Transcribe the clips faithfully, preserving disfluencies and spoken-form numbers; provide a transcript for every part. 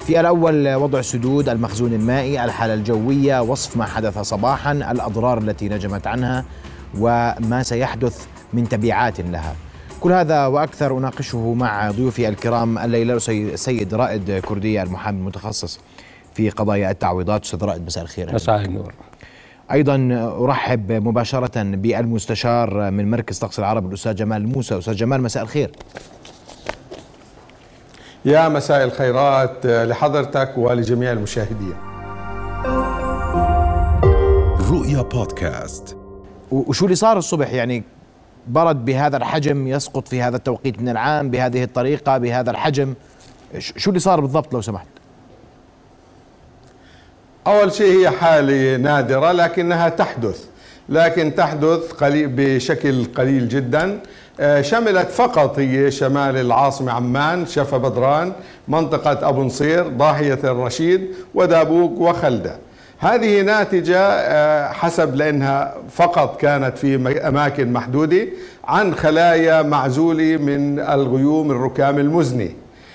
في الأول وضع سدود، المخزون المائي، الحالة الجوية، وصف ما حدث صباحا، الأضرار التي نجمت عنها وما سيحدث من تبعات لها. كل هذا وأكثر أناقشه مع ضيوفي الكرام الليلة. السيد رائد كردية المحامي المتخصص في قضايا التعويضات. أستاذ رائد مساء الخير. مساء النور. أيضا أرحب مباشرة بالمستشار من مركز طقس العرب الأستاذ جمال الموسى. أستاذ جمال مساء الخير. يا مساء الخيرات لحضرتك ولجميع المشاهدين. رؤيا بودكاست. وشو اللي صار الصبح؟ يعني برد بهذا الحجم يسقط في هذا التوقيت من العام بهذه الطريقة بهذا الحجم، شو اللي صار بالضبط لو سمحت؟ أول شيء هي حالة نادرة لكنها تحدث، لكن تحدث قليل بشكل قليل جدا. شملت فقط هي شمال العاصمة عمان، شفا بدران، منطقة أبو نصير، ضاحية الرشيد، ودابوق وخلدة. هذه ناتجة حسب لأنها فقط كانت في أماكن محدودة عن خلايا معزولة من الغيوم الركام المزني.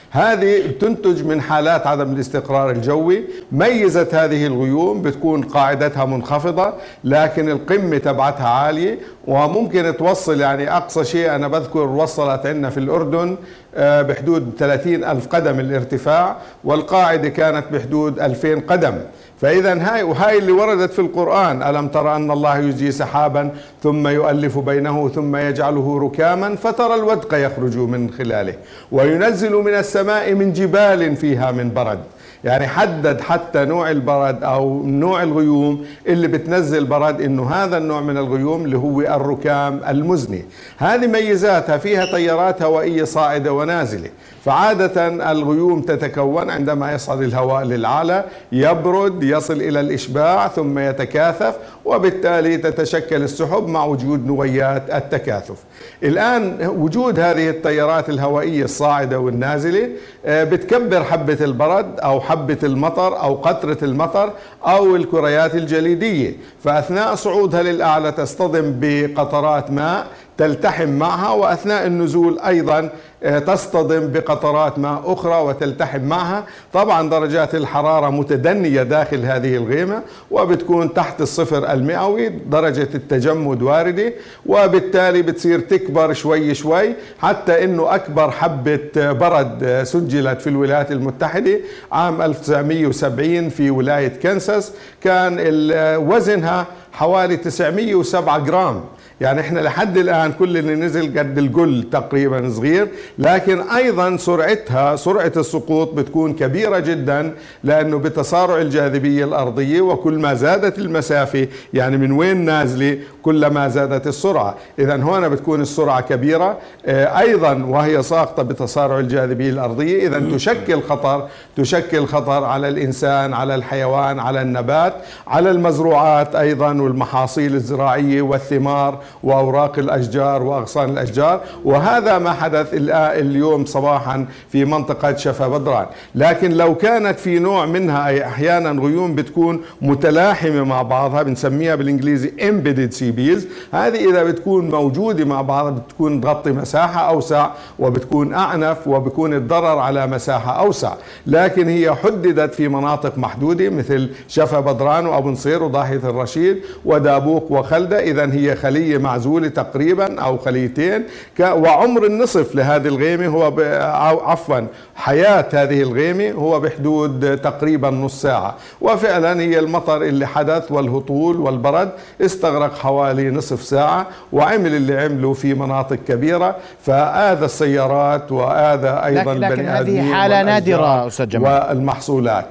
هذه تنتج من حالات عدم الاستقرار الجوي. ميزت هذه الغيوم بتكون قاعدتها منخفضة لكن القمة تبعتها عالية، وممكن توصل يعني أقصى شيء أنا بذكر وصلت عندنا في الأردن بحدود ثلاثين ألف قدم الارتفاع، والقاعدة كانت بحدود ألفين قدم. فإذا هاي وهاي اللي وردت في القرآن: ألم ترى أن الله يزجي سحابا ثم يؤلف بينه ثم يجعله ركاما فترى الودق يخرج من خلاله وينزل من السماء من جبال فيها من برد. يعني حدد حتى نوع البرد أو نوع الغيوم اللي بتنزل برد، إنه هذا النوع من الغيوم اللي هو الركام المزني. هذه ميزاتها، فيها تيارات هوائية صاعدة ونازلة. فعادة الغيوم تتكون عندما يصعد الهواء للأعلى، يبرد، يصل إلى الإشباع ثم يتكاثف، وبالتالي تتشكل السحب مع وجود نويات التكاثف. الآن وجود هذه التيارات الهوائية الصاعدة والنازلة بتكبر حبة البرد أو حبة المطر أو قطرة المطر أو الكريات الجليدية، فأثناء صعودها للأعلى تصطدم بقطرات ماء تلتحم معها، وأثناء النزول أيضا تصطدم بقطرات ماء أخرى وتلتحم معها. طبعا درجات الحرارة متدنية داخل هذه الغيمة، وبتكون تحت الصفر المئوي، درجة التجمد واردة، وبالتالي بتصير تكبر شوي شوي حتى أنه أكبر حبة برد سجلت في الولايات المتحدة عام ألف وتسعمئة وسبعين في ولاية كنساس، كان وزنها حوالي تسعمئة وسبعة جرام. يعني احنا لحد الآن كل اللي نزل قد الجل تقريبا صغير، لكن أيضا سرعتها سرعة السقوط بتكون كبيرة جدا، لأنه بتسارع الجاذبية الأرضية، وكل ما زادت المسافة يعني من وين نازلة كلما زادت السرعة. إذا هنا بتكون السرعة كبيرة أيضا وهي ساقطة بتسارع الجاذبية الأرضية. إذا تشكل خطر تشكل خطر على الإنسان، على الحيوان، على النبات، على المزروعات أيضا والمحاصيل الزراعية والثمار وأوراق الأشجار وأغصان الأشجار. وهذا ما حدث اليوم صباحا في منطقة شفا بدران. لكن لو كانت في نوع منها، أي أحيانا غيوم بتكون متلاحمة مع بعضها، بنسميها بالإنجليزي embedded sea bees، هذه إذا بتكون موجودة مع بعضها بتكون تغطي مساحة أوسع وبتكون أعنف وبكون الضرر على مساحة أوسع. لكن هي حددت في مناطق محدودة مثل شفا بدران وأبو نصير وضاحية الرشيد ودابوق وخلدة. إذا هي خلية معزولة تقريبا أو خليتين، وعمر النصف لهذه الغيمة هو عفوا حياة هذه الغيمة هو بحدود تقريبا نص ساعة. وفعلا هي المطر اللي حدث والهطول والبرد استغرق حوالي نصف ساعة، وعمل اللي عمله في مناطق كبيرة، فآذى السيارات وآذى أيضا البني آدمين. هذه حالة نادرة أستاذ جمال. والمحصولات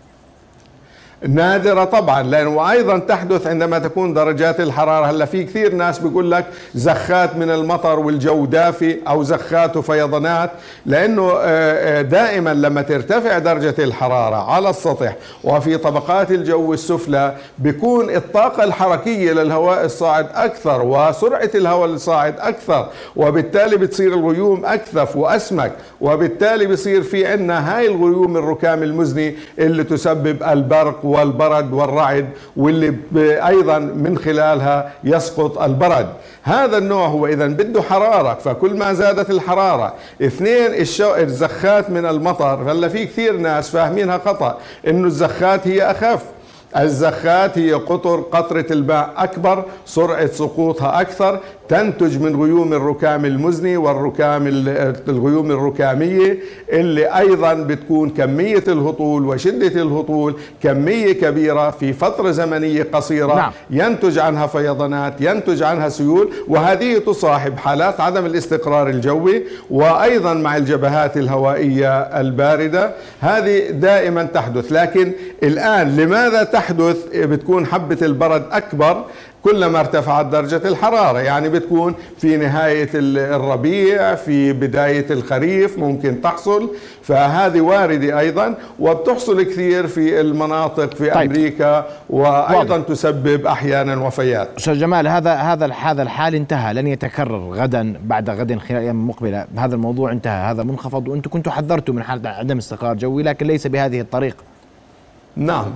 نادرة طبعا، لأنه وأيضا تحدث عندما تكون درجات الحرارة. هلا في كثير ناس بيقول لك زخات من المطر والجو دافي أو زخات وفيضانات، لأنه دائما لما ترتفع درجة الحرارة على السطح وفي طبقات الجو السفلى بيكون الطاقة الحركية للهواء الصاعد أكثر وسرعة الهواء الصاعد أكثر، وبالتالي بتصير الغيوم أكثف وأسمك، وبالتالي بصير في عندنا هاي الغيوم الركام المزني اللي تسبب البرق والبرد والرعد، واللي أيضا من خلالها يسقط البرد. هذا النوع هو إذن بده حرارة، فكل ما زادت الحرارة. اثنين، الزخات من المطر. هلا في كثير ناس فاهمينها خطأ، إنه الزخات هي أخف. الزخات هي قطر قطرة الماء أكبر، سرعة سقوطها أكثر، تنتج من غيوم الركام المزني والركام الغيوم الركامية، اللي أيضا بتكون كمية الهطول وشدة الهطول كمية كبيرة في فترة زمنية قصيرة. نعم. ينتج عنها فيضانات، ينتج عنها سيول، وهذه تصاحب حالات عدم الاستقرار الجوي، وأيضا مع الجبهات الهوائية الباردة. هذه دائما تحدث. لكن الآن لماذا تحدث بتكون حبة البرد أكبر كلما ارتفعت درجة الحرارة؟ يعني بتكون في نهاية الربيع، في بداية الخريف ممكن تحصل، فهذه واردة أيضا، وبتحصل كثير في المناطق في طيب. أمريكا، وأيضا واضح. تسبب أحيانا وفيات. أستاذ جمال، هذا هذا هذا الحال انتهى، لن يتكرر غدا بعد غد خلال الأيام المقبلة. هذا الموضوع انتهى، هذا منخفض، وأنتم كنتوا حذرتوا من حالة عدم استقرار جوي، لكن ليس بهذه الطريقة. نعم،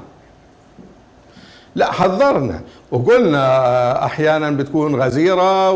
لا حذرنا وقلنا أحيانا بتكون غزيرة،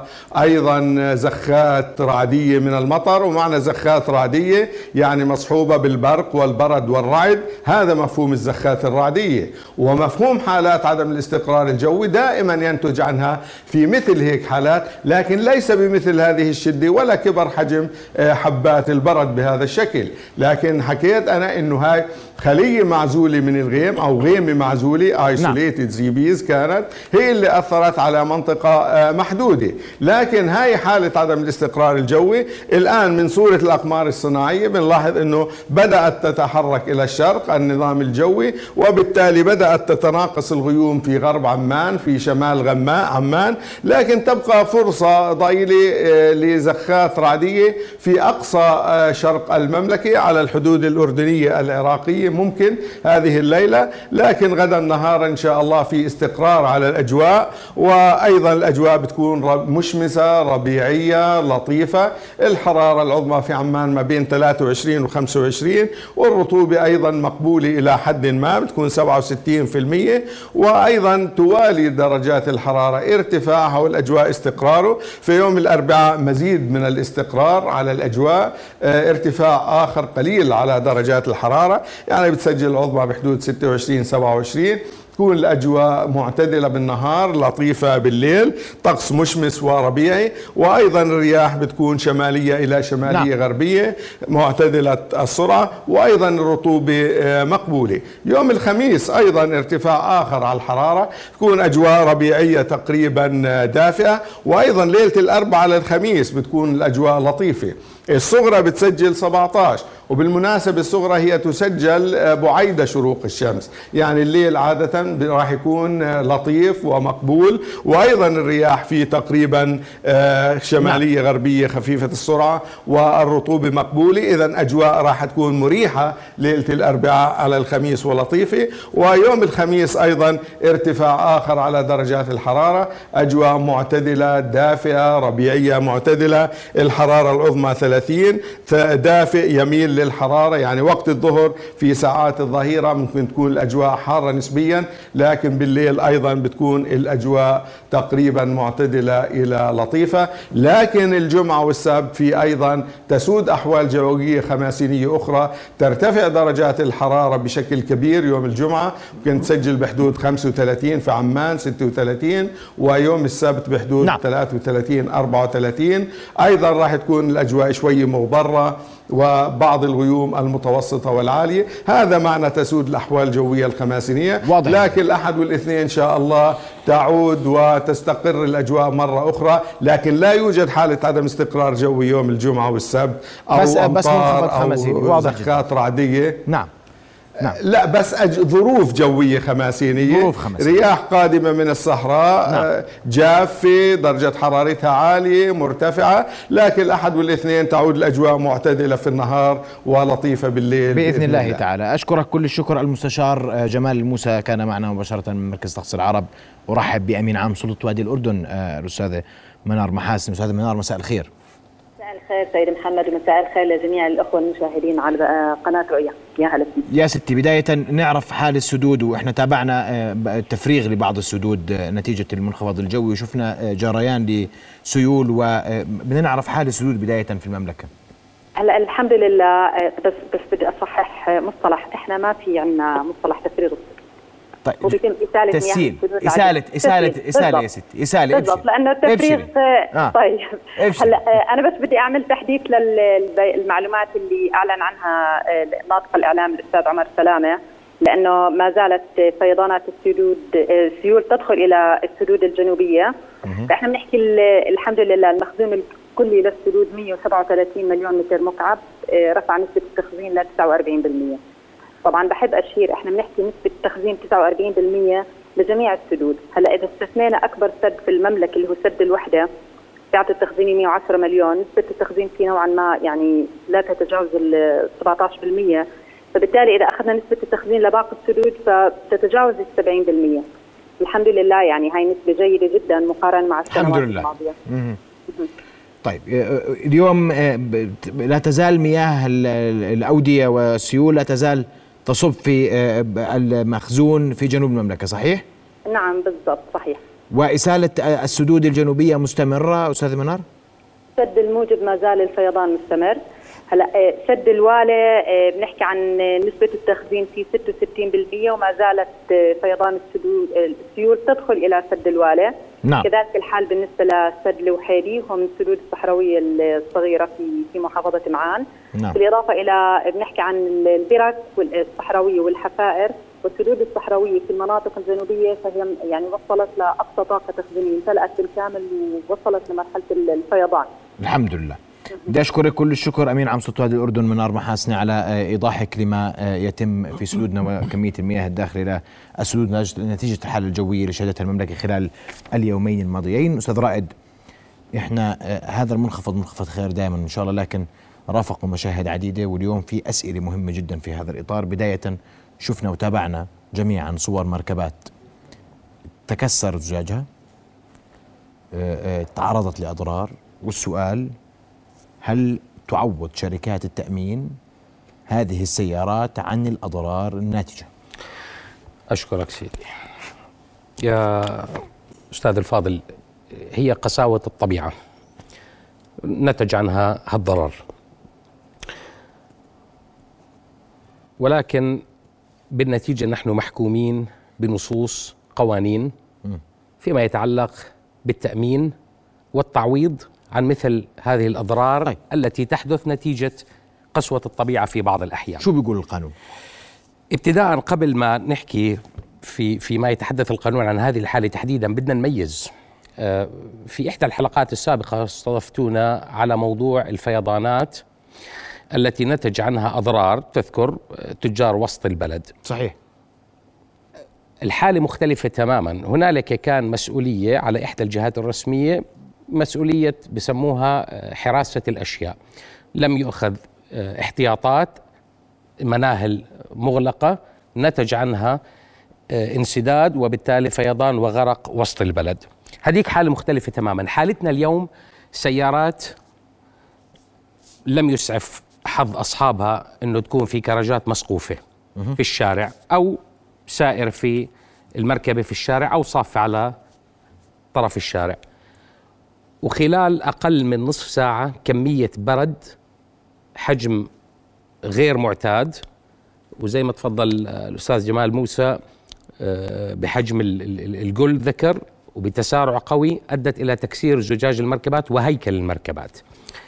وأيضا زخات رعدية من المطر. ومعنى زخات رعدية يعني مصحوبة بالبرق والبرد والرعد، هذا مفهوم الزخات الرعدية. ومفهوم حالات عدم الاستقرار الجوي دائما ينتج عنها في مثل هيك حالات، لكن ليس بمثل هذه الشدة ولا كبر حجم حبات البرد بهذا الشكل. لكن حكيت أنا إنه هاي خلية معزولة من الغيم أو غيمة معزولة isolated زي بيز كانت هي اللي أثرت على منطقة محدودة. لكن هاي حالة عدم الاستقرار الجوي الآن من صورة الأقمار الصناعية بنلاحظ أنه بدأت تتحرك إلى الشرق النظام الجوي، وبالتالي بدأت تتناقص الغيوم في غرب عمان، في شمال غماء عمان، لكن تبقى فرصة ضئيلة لزخات رعدية في أقصى شرق المملكة على الحدود الأردنية العراقية ممكن هذه الليلة. لكن غدا النهار إن شاء الله في استقرار على الأجواء، وأيضا الأجواء بتكون مشمسة ربيعية لطيفة. الحرارة العظمى في عمان ما بين ثلاثة وعشرين و خمسة وعشرين، والرطوبة أيضا مقبولة إلى حد ما، بتكون سبعة وستين بالمئة. وأيضا توالي درجات الحرارة ارتفاعها والأجواء استقراره. في يوم الأربعاء مزيد من الاستقرار على الأجواء، ارتفاع آخر قليل على درجات الحرارة، يعني بتسجل العظمى بحدود ستة وعشرين سبعة وعشرين. تكون الأجواء معتدلة بالنهار، لطيفة بالليل، طقس مشمس وربيعي. وأيضا الرياح بتكون شمالية إلى شمالية نعم. غربية معتدلة السرعة، وأيضا الرطوبة مقبولة. يوم الخميس أيضا ارتفاع آخر على الحرارة، تكون أجواء ربيعية تقريبا دافئة. وأيضا ليلة الأربعاء على الخميس بتكون الأجواء لطيفة. الصغرى بتسجل سبعة عشر، وبالمناسبة الصغرى هي تسجل بعيدة شروق الشمس، يعني الليل عادة راح يكون لطيف ومقبول. وأيضا الرياح في تقريبا شمالية غربية خفيفة السرعة، والرطوبة مقبولة. إذا أجواء راح تكون مريحة ليلة الأربعاء على الخميس ولطيفة. ويوم الخميس أيضا ارتفاع آخر على درجات الحرارة، أجواء معتدلة دافئة ربيعية معتدلة. الحرارة العظمى ثلاثين، دافئ يميل للحرارة، يعني وقت الظهر في ساعات الظهيرة ممكن تكون الأجواء حارة نسبيا، لكن بالليل أيضا بتكون الأجواء تقريبا معتدلة إلى لطيفة. لكن الجمعة والسبت في أيضا تسود أحوال جوية خماسينية أخرى، ترتفع درجات الحرارة بشكل كبير. يوم الجمعة ممكن تسجل بحدود خمسة وثلاثين في عمان، ستة وثلاثين، ويوم السبت بحدود نعم. ثلاثة وثلاثين أربعة وثلاثين. أيضا راح تكون الأجواء شوي مغبرة، وبعض الغيوم المتوسطة والعالية. هذا معنى تسود الأحوال الجوية الخماسينية. واضح. لكن الأحد والاثنين إن شاء الله تعود وتستقر الأجواء مرة أخرى، لكن لا يوجد حالة عدم استقرار جوي يوم الجمعة والسبت أو بس أمطار بس أو زخات رعدية. نعم. نعم. لا بس أج... ظروف جوية خماسينية، ظروف خماسينية. رياح قادمة من الصحراء نعم. جافة، درجة حرارتها عالية مرتفعة. لكن الأحد والاثنين تعود الأجواء معتدلة في النهار ولطيفة بالليل بإذن, بإذن الله, الله تعالى. أشكرك كل الشكر المستشار جمال الموسى، كان معنا مباشرة من مركز طقس العرب. أرحب بأمين عام سلطة وادي الأردن الأستاذة منار محاسن. أستاذة منار مساء الخير. مساء الخير. الخير سيد محمد، ومساء الخير لجميع الأخوة المشاهدين على قناة رؤيا. يا هلا فيك يا ستي. بداية نعرف حال السدود، وإحنا تابعنا التفريغ لبعض السدود نتيجة المنخفض الجوي، وشفنا جريان لسيول، وبدنا نعرف حال السدود بداية في المملكة. هلا الحمد لله، بس بس بدي أصحح مصطلح، إحنا ما في عندنا مصطلح تفريغ السدود. طيب وبيتم إسالة تسييل إسالة إسالة إسالة يا ستي، إسالة بالضبط، لأنه التفريغ آه. طيب ابشري. هلا أنا بس بدي أعمل تحديث للمعلومات اللي أعلن عنها ناطق الإعلام الأستاذ عمر سلامة، لأنه ما زالت فيضانات السدود السيول تدخل إلى السدود الجنوبية. فإحنا بنحكي الحمد لله المخزون الكلي للسدود مئة وسبعة وثلاثين مليون متر مكعب، رفع نسبة التخزين ل تسعة وأربعين بالمئة. طبعا بحب اشير احنا بنحكي نسبه التخزين تسعة وأربعين بالمئة لجميع السدود. هلا اذا استثنينا اكبر سد في المملكه اللي هو سد الوحده بيعطي التخزين مئة وعشرة مليون، نسبه التخزين فيه نوعا ما يعني لا تتجاوز ال سبعة عشر بالمئة، فبالتالي اذا اخذنا نسبه التخزين لباقي السدود فتتجاوز ال سبعين بالمئة. الحمد لله، يعني هاي نسبه جيده جدا مقارنه مع السنوات الماضيه. طيب اليوم لا تزال مياه الأودية والسيول لا تزال تصب في المخزون في جنوب المملكة، صحيح؟ نعم بالضبط صحيح. وإسالة السدود الجنوبية مستمرة أستاذ منار؟ سد الموجب ما زال الفيضان مستمر. هلا سد الوالة بنحكي عن نسبة التخزين في ستة وستين بالمئة، وما زالت فيضان السدود السيول تدخل إلى سد الوالة. نعم. كذلك الحال بالنسبة لسد الوحيدي، وهو من السدود الصحراوية الصغيرة في في محافظة معان. نعم. بالإضافة إلى بنحكي عن البرك والصحراوية والحفائر، والسدود الصحراوية في المناطق الجنوبية فهي يعني وصلت لأقصى طاقة تخزينية، امتلأت بالكامل ووصلت لمرحلة الفيضان. الحمد لله. بدي أشكرك كل الشكر أمين عام سلطة وادي الأردن منار محاسني على إيضاحك لما يتم في سدودنا وكمية المياه الداخلة للسدود نتيجة الحالة الجوية اللي شهدتها المملكة خلال اليومين الماضيين. أستاذ رائد، إحنا هذا المنخفض منخفض خير دائما إن شاء الله، لكن رافقوا مشاهد عديدة، واليوم في أسئلة مهمة جدا في هذا الإطار. بداية شفنا وتابعنا جميعا صور مركبات تكسر زجاجها، تعرضت لأضرار، والسؤال هل تعوض شركات التأمين هذه السيارات عن الأضرار الناتجة؟ أشكرك سيدي. يا أستاذ الفاضل، هي قساوة الطبيعة نتج عنها هالضرر، ولكن بالنتيجة نحن محكومين بنصوص قوانين فيما يتعلق بالتأمين والتعويض عن مثل هذه الأضرار طيب. التي تحدث نتيجة قسوة الطبيعة في بعض الأحيان. شو بيقول القانون؟ ابتداء قبل ما نحكي في فيما يتحدث القانون عن هذه الحالة تحديدا، بدنا نميز. في إحدى الحلقات السابقة استضفتونا على موضوع الفيضانات التي نتج عنها أضرار، تذكر تجار وسط البلد. صحيح. الحالة مختلفة تماما. هنالك كان مسؤولية على إحدى الجهات الرسمية، مسؤولية بسموها حراسة الأشياء، لم يؤخذ احتياطات، مناهل مغلقة نتج عنها انسداد وبالتالي فيضان وغرق وسط البلد. هذيك حالة مختلفة تماما. حالتنا اليوم سيارات لم يسعف حظ أصحابها أنه تكون في كراجات مسقوفة في الشارع، أو سائر في المركبة في الشارع، أو صافة على طرف الشارع، وخلال أقل من نصف ساعة كمية برد حجم غير معتاد، وزي ما تفضل الأستاذ جمال موسى بحجم الجل ذكر، وبتسارع قوي أدت إلى تكسير زجاج المركبات وهيكل المركبات.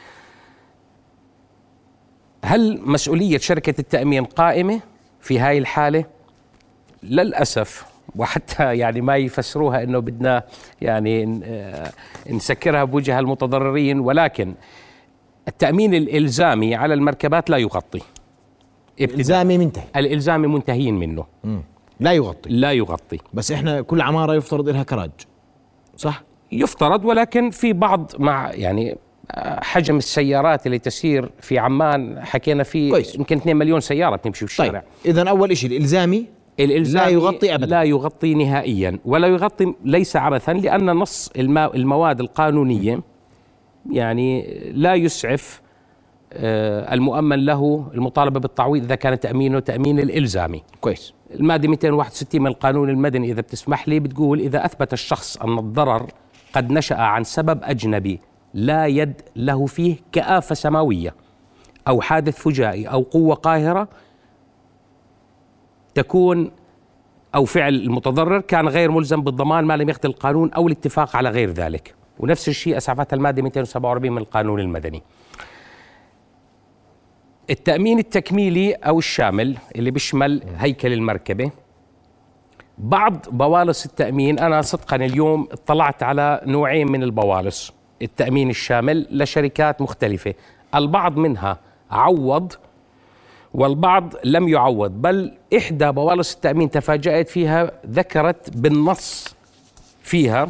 هل مسؤولية شركة التأمين قائمة في هاي الحالة؟ للأسف، وحتى يعني ما يفسروها إنه بدنا يعني نسكرها بوجه المتضررين، ولكن التأمين الإلزامي على المركبات لا يغطي. الإلزامي منتهي. الإلزامي منتهين منه. مم. لا يغطي. لا يغطي. بس إحنا كل عمارة يفترض لها كراج، صح؟ يفترض، ولكن في بعض مع يعني حجم السيارات اللي تسير في عمان حكينا فيه يمكن اثنين مليون سيارة تمشي في الشارع. طيب. إذن أول شيء الإلزامي الإلزامي لا يغطي أبدا. لا يغطي نهائيا، ولا يغطي ليس عبثا، لأن نص المواد القانونية يعني لا يسعف المؤمن له المطالبة بالتعويض إذا كان تأمينه تأمين الإلزامي. كويس. المادة مئتين وواحد وستين من القانون المدني إذا بتسمح لي بتقول إذا أثبت الشخص أن الضرر قد نشأ عن سبب أجنبي لا يد له فيه كآفة سماوية أو حادث فجائي أو قوة قاهرة تكون أو فعل المتضرر كان غير ملزم بالضمان ما لم يخل القانون أو الاتفاق على غير ذلك. ونفس الشيء أسعفتها المادة مئتين وسبعة وأربعين من القانون المدني. التأمين التكميلي أو الشامل اللي بيشمل هيكل المركبة، بعض بوالص التأمين أنا صدقا اليوم اطلعت على نوعين من البوالص التأمين الشامل لشركات مختلفة، البعض منها عوض والبعض لم يعوض، بل إحدى بوالص التأمين تفاجأت فيها ذكرت بالنص فيها،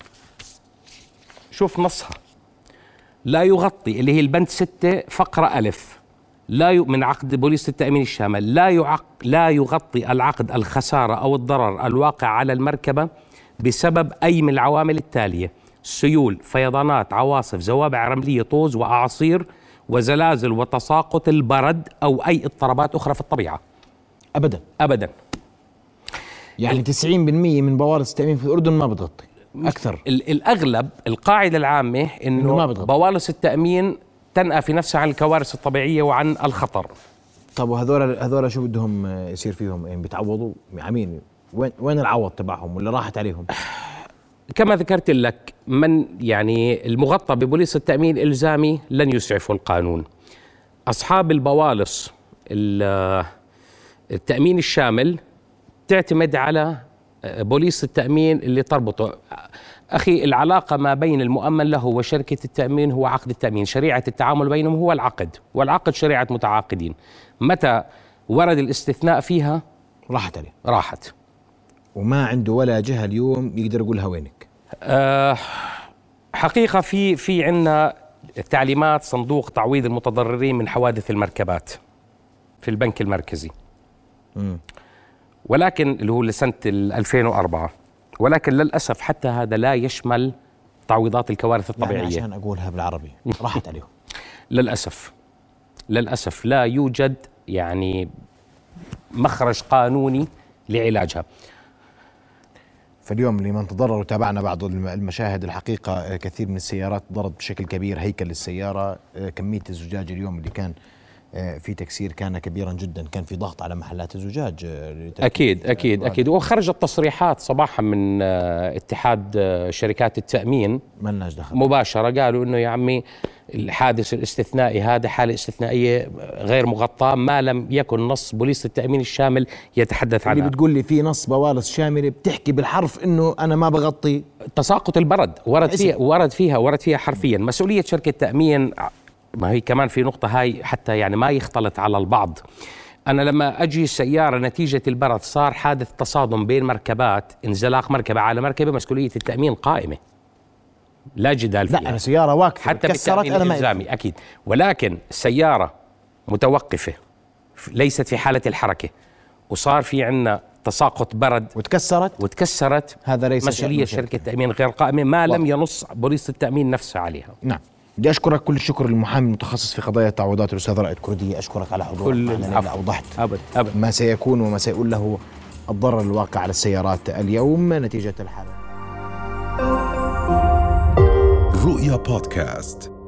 شوف نصها، لا يغطي اللي هي البند ستة فقرة ألف لا ي... من عقد بوليصة التأمين الشامل لا يعق... لا يغطي العقد الخسارة أو الضرر الواقع على المركبة بسبب أي من العوامل التالية: سيول، فيضانات، عواصف، زوابع رملية، طوز وأعاصير وزلازل وتساقط البرد أو أي اضطرابات أخرى في الطبيعة. أبدا أبدا. يعني تسعين بالمئة من بوالص التأمين في الأردن ما بتغطي، أكثر. الأغلب القاعدة العامة إنه بوالص التأمين تنأى في نفسها عن الكوارث الطبيعية وعن الخطر. طب وهذول هذول شو بدهم يصير فيهم؟ يعني بيتعوضوا عمين؟ وين وين العوض تبعهم ولا راحت عليهم؟ كما ذكرت لك، من يعني المغطى ببوليصة التأمين الإلزامي لن يسعفه القانون. أصحاب البوالص التأمين الشامل تعتمد على بوليصة التأمين اللي تربطه. أخي، العلاقة ما بين المؤمن له وشركة التأمين هو عقد التأمين، شريعة التعامل بينهم هو العقد، والعقد شريعة متعاقدين. متى ورد الاستثناء فيها راحت عليه، راحت، وما عنده ولا جهة اليوم يقدر يقولها وينك. أه حقيقة في في عندنا تعليمات صندوق تعويض المتضررين من حوادث المركبات في البنك المركزي، م. ولكن اللي هو لسنة ألفين وأربعة، ولكن للأسف حتى هذا لا يشمل تعويضات الكوارث الطبيعية. يعني عشان أقولها بالعربي راحت عليهم. للأسف للأسف لا يوجد يعني مخرج قانوني لعلاجها. فاليوم لمن تضرر وتابعنا بعض المشاهد، الحقيقة كثير من السيارات ضرت بشكل كبير هيكل السيارة. كمية الزجاج اليوم اللي كان في تكسير كان كبيرا جدا، كان في ضغط على محلات الزجاج. أكيد أكيد أكيد وخرجت تصريحات صباحا من اتحاد شركات التأمين مالناش دخل مباشرة، قالوا إنه يا عمي الحادث الاستثنائي هذا حالة استثنائية غير مغطاة ما لم يكن نص بوليصة التأمين الشامل يتحدث عنها. اللي بتقول لي في نص بوالص شاملة بتحكي بالحرف إنه أنا ما بغطي تساقط البرد، ورد فيها ورد فيها ورد فيها حرفيا مسؤولية شركة تأمين. ما هي كمان في نقطة هاي حتى يعني ما يختلط على البعض. أنا لما أجي سيارة نتيجة البرد صار حادث تصادم بين مركبات، انزلاق مركبة على مركبة، مسؤولية التأمين قائمة لا جدال فيها. لا أنا سيارة واقفة حتى بالتأمين الإلزامي أكيد، ولكن السيارة متوقفة ليست في حالة الحركة وصار في عنا تساقط برد وتكسرت وتكسرت هذا ليس مسؤولية شركة التأمين غير قائمة ما واضح. لم ينص بوليصة التأمين نفسها عليها. نعم. بدي أشكرك كل الشكر المحامي المتخصص في قضايا التعويضات الأستاذ رائد كردية. أشكرك على حضورك معنا، أوضحت أبد أبد ما سيكون وما سيقول له الضرر الواقع على السيارات اليوم نتيجة الحالة. رؤيا بودكاست.